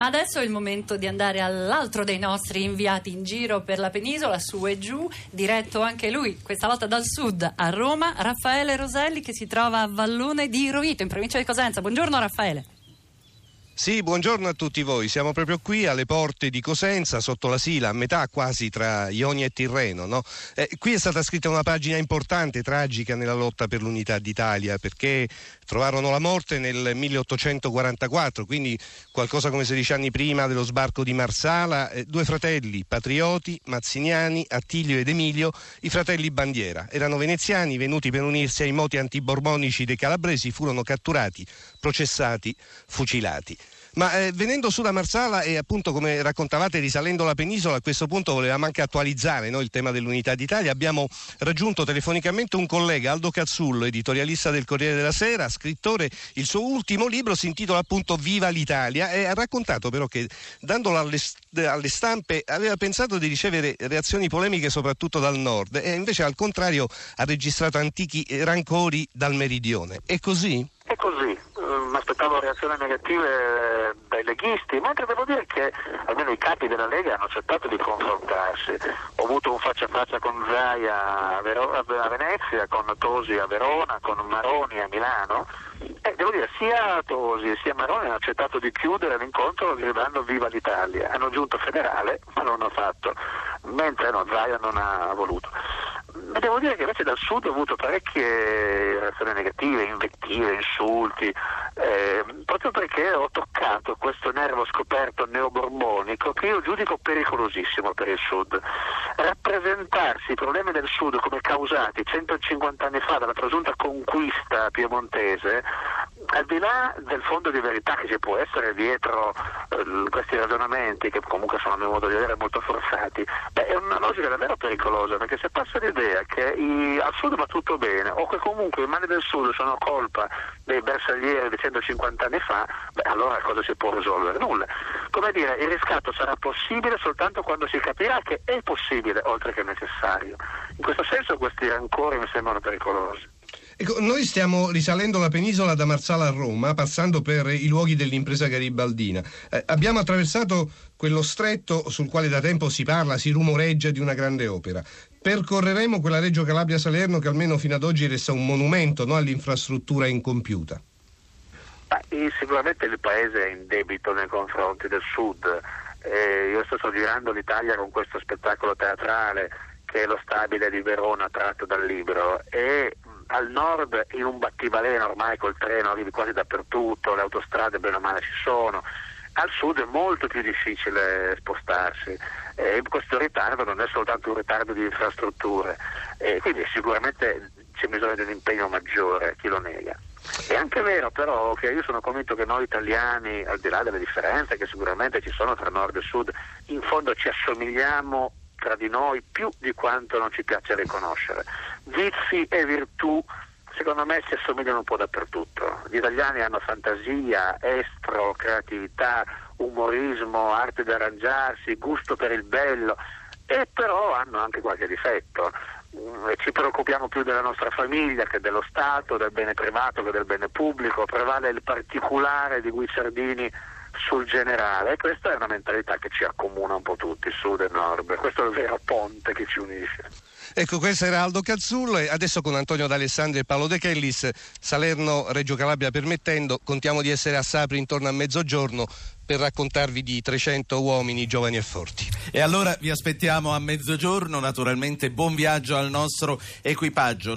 Adesso è il momento di andare all'altro dei nostri inviati in giro per la penisola, su e giù, diretto anche lui, questa volta dal sud a Roma, Raffaele Roselli, che si trova a Vallone di Rovito, in provincia di Cosenza. Buongiorno Raffaele. Sì, buongiorno a tutti voi. Siamo proprio qui alle porte di Cosenza, sotto la Sila, a metà quasi tra Ionia e Tirreno, no? Qui è stata scritta una pagina importante, tragica nella lotta per l'unità d'Italia, perché trovarono la morte nel 1844, quindi qualcosa come 16 anni prima dello sbarco di Marsala, due fratelli patrioti, mazziniani, Attilio ed Emilio, i fratelli Bandiera. Erano veneziani, venuti per unirsi ai moti antiborbonici dei calabresi, furono catturati, processati, fucilati. Ma venendo su da Marsala e appunto, come raccontavate, risalendo la penisola, a questo punto volevamo anche attualizzare, no, il tema dell'unità d'Italia. Abbiamo raggiunto telefonicamente un collega, Aldo Cazzullo, editorialista del Corriere della Sera, scrittore. Il suo ultimo libro si intitola appunto Viva l'Italia, e ha raccontato però che, dandolo alle stampe, aveva pensato di ricevere reazioni polemiche soprattutto dal nord, e invece al contrario ha registrato antichi rancori dal meridione. È così? È così. Mi aspettavo reazioni negative dai leghisti, mentre devo dire che almeno i capi della Lega hanno accettato di confrontarsi. Ho avuto un faccia a faccia con Zaia a Venezia, con Tosi a Verona, con Maroni a Milano, e devo dire sia Tosi sia Maroni hanno accettato di chiudere l'incontro gridando Viva l'Italia. Hanno aggiunto federale, ma non hanno fatto, mentre Zaia non ha voluto. Ma devo dire che invece dal sud ho avuto parecchie reazioni negative, invettive, insulti, proprio perché ho toccato questo nervo scoperto neoborbonico che io giudico pericolosissimo per il sud. Rappresentarsi i problemi del sud come causati 150 anni fa dalla presunta conquista piemontese, al di là del fondo di verità che ci può essere dietro questi ragionamenti, che comunque sono a mio modo di vedere molto forzati, è una logica davvero pericolosa, perché se passa l'idea che al sud va tutto bene, o che comunque i mali del sud sono colpa dei bersaglieri di 150 anni fa, allora cosa si può risolvere? Nulla. Come dire, il riscatto sarà possibile soltanto quando si capirà che è possibile, oltre che necessario. In questo senso questi rancori mi sembrano pericolosi. Ecco, noi stiamo risalendo la penisola da Marsala a Roma, passando per i luoghi dell'impresa garibaldina. Abbiamo attraversato quello stretto sul quale da tempo si parla, si rumoreggia di una grande opera. Percorreremo quella Reggio Calabria-Salerno che almeno fino ad oggi resta un monumento, no, all'infrastruttura incompiuta. Sicuramente il paese è in debito nei confronti del sud. Io sto girando l'Italia con questo spettacolo teatrale che è lo stabile di Verona tratto dal libro, e al nord in un battibaleno ormai col treno arrivi quasi dappertutto, le autostrade bene o male ci sono. Al sud è molto più difficile spostarsi, e questo ritardo non è soltanto un ritardo di infrastrutture, quindi sicuramente c'è bisogno di un impegno maggiore, chi lo nega. È anche vero però che io sono convinto che noi italiani, al di là delle differenze che sicuramente ci sono tra nord e sud, in fondo ci assomigliamo tra di noi più di quanto non ci piace riconoscere. Vizi e virtù secondo me si assomigliano un po' dappertutto. Gli italiani hanno fantasia, estro, creatività, umorismo, arte di arrangiarsi, gusto per il bello, e però hanno anche qualche difetto. Ci preoccupiamo più della nostra famiglia che dello Stato, del bene privato che del bene pubblico, prevale il particolare di Guicciardini sul generale, e questa è una mentalità che ci accomuna un po' tutti, sud e nord. Questo è il vero ponte che ci unisce. Ecco, questo era Aldo Cazzullo, e adesso con Antonio D'Alessandri e Paolo De Chellis, Salerno-Reggio Calabria permettendo, contiamo di essere a Sapri intorno a mezzogiorno per raccontarvi di 300 uomini giovani e forti. E allora vi aspettiamo a mezzogiorno, naturalmente buon viaggio al nostro equipaggio.